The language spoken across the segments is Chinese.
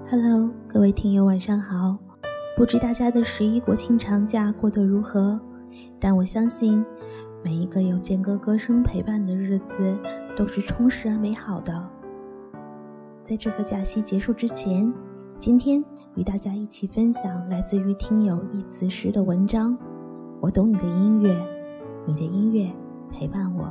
Hello， 各位听友晚上好。不知大家的11国庆长假过得如何？但我相信每一个有间隔歌声陪伴的日子都是充实而美好的。在这个假期结束之前，今天与大家一起分享来自于听友一词诗的文章。我懂你的音乐，你的音乐陪伴我。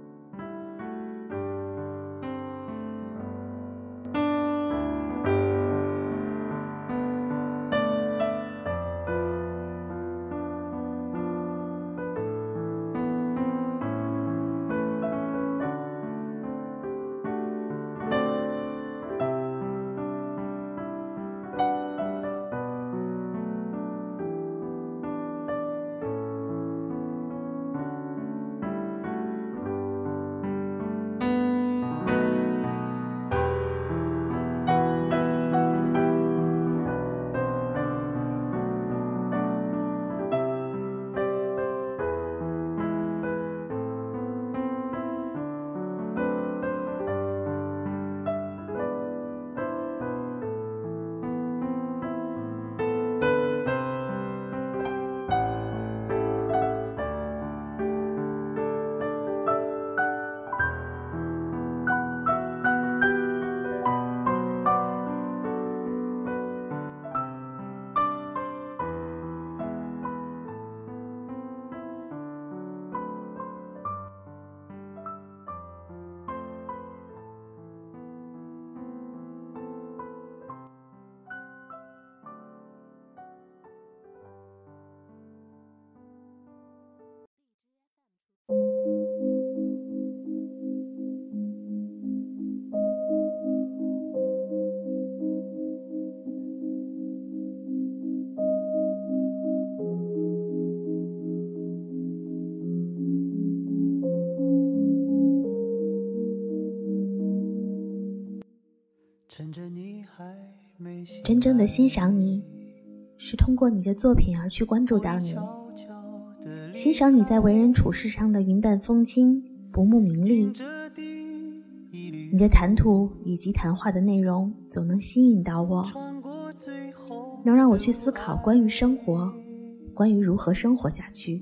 真正的欣赏你，是通过你的作品而去关注到你，欣赏你在为人处事上的云淡风轻，不慕名利。你的谈吐以及谈话的内容总能吸引到我，能让我去思考关于生活，关于如何生活下去。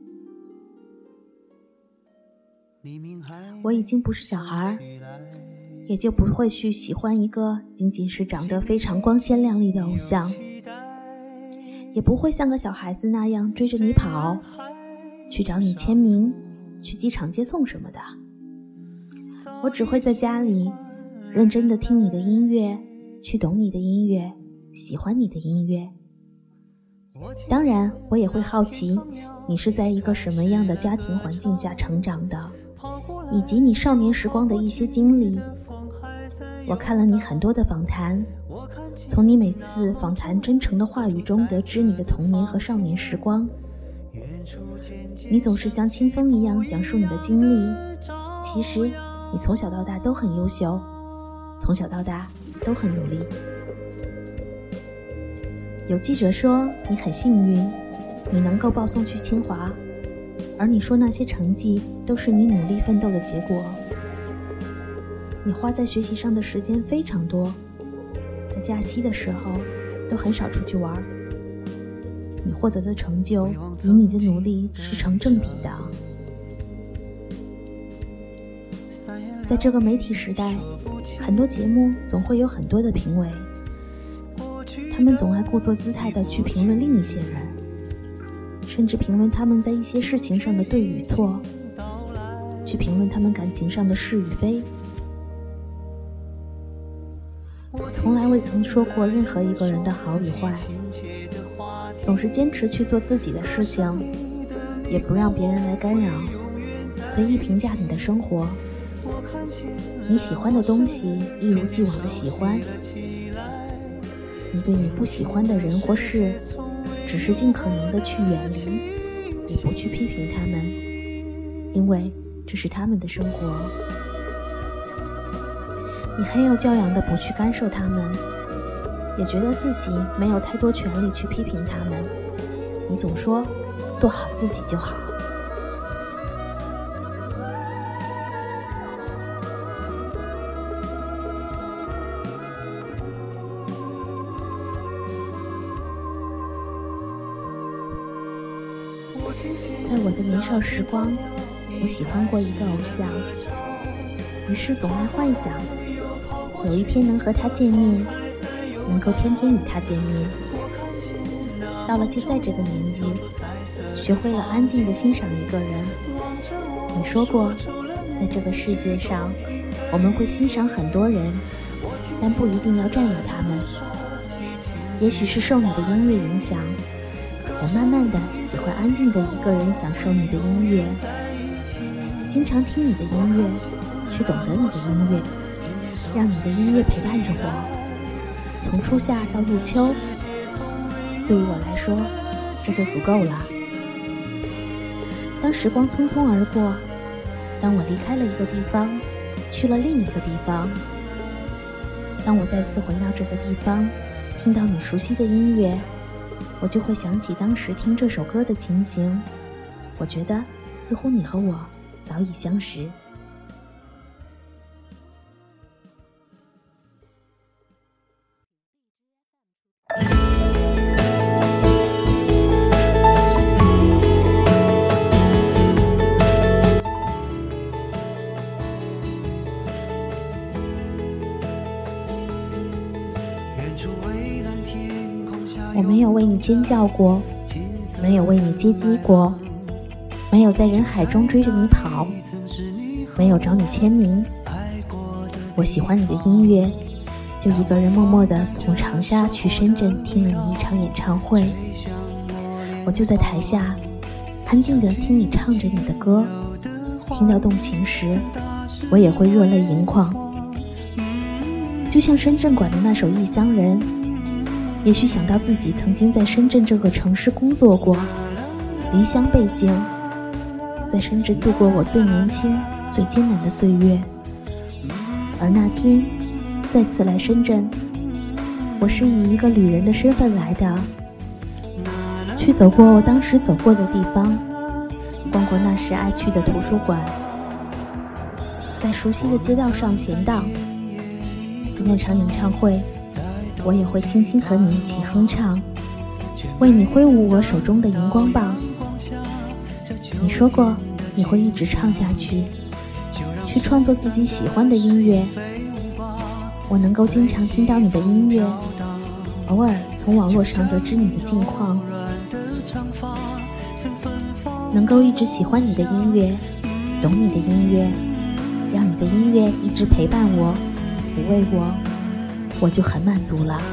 我已经不是小孩，也就不会去喜欢一个仅仅是长得非常光鲜亮丽的偶像，也不会像个小孩子那样追着你跑，去找你签名，去机场接送什么的。我只会在家里认真地听你的音乐，去懂你的音乐，喜欢你的音乐。当然我也会好奇你是在一个什么样的家庭环境下成长的，以及你少年时光的一些经历。我看了你很多的访谈，从你每次访谈真诚的话语中得知你的童年和少年时光。你总是像清风一样讲述你的经历，其实你从小到大都很优秀，从小到大都很努力。有记者说你很幸运，你能够报送去清华，而你说那些成绩都是你努力奋斗的结果。你花在学习上的时间非常多，在假期的时候都很少出去玩。你获得的成就与你的努力是成正比的。在这个媒体时代，很多节目总会有很多的评委，他们总爱故作姿态地去评论另一些人，甚至评论他们在一些事情上的对与错，去评论他们感情上的是与非。我从来未曾说过任何一个人的好与坏，总是坚持去做自己的事情，也不让别人来干扰，随意评价你的生活。你喜欢的东西一如既往的喜欢，你对你不喜欢的人或事只是尽可能的去远离，也不去批评他们，因为这是他们的生活。你很有教养的不去干涉他们，也觉得自己没有太多权利去批评他们。你总说做好自己就好。 在我的年少时光，我喜欢过一个偶像，于是总爱幻想有一天能和他见面，能够天天与他见面。到了现在这个年纪，学会了安静地欣赏一个人。你说过，在这个世界上，我们会欣赏很多人，但不一定要占有他们。也许是受你的音乐影响，我慢慢地喜欢安静的一个人享受你的音乐，经常听你的音乐，去懂得你的音乐，让你的音乐陪伴着我，从初夏到入秋。对于我来说，这就足够了。当时光匆匆而过，当我离开了一个地方，去了另一个地方，当我再次回到这个地方，听到你熟悉的音乐，我就会想起当时听这首歌的情形。我觉得似乎你和我早已相识。我没有为你尖叫过，没有为你接机过，没有在人海中追着你跑，没有找你签名。我喜欢你的音乐，就一个人默默地从长沙去深圳听了你一场演唱会。我就在台下安静地听你唱着你的歌，听到动情时，我也会热泪盈眶。就像深圳馆的那首《异乡人》，也许想到自己曾经在深圳这个城市工作过，离乡背井，在深圳度过我最年轻最艰难的岁月。而那天再次来深圳，我是以一个旅人的身份来的，去走过我当时走过的地方，逛过那时爱去的图书馆，在熟悉的街道上闲荡。在那场演唱会，我也会轻轻和你一起哼唱，为你挥舞我手中的荧光棒。你说过你会一直唱下去，去创作自己喜欢的音乐。我能够经常听到你的音乐，偶尔从网络上得知你的近况，能够一直喜欢你的音乐，懂你的音乐，让你的音乐一直陪伴我，抚慰我，我就很满足了。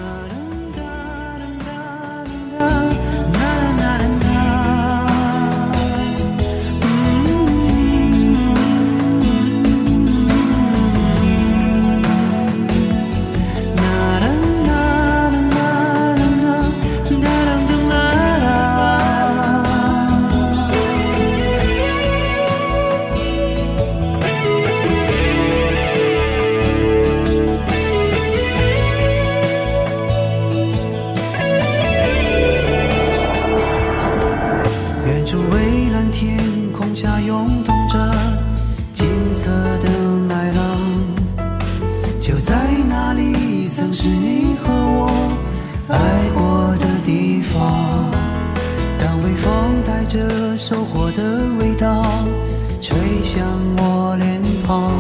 收获的味道吹向我脸庞，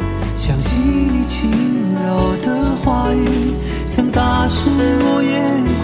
想起你轻柔的话语曾打湿我眼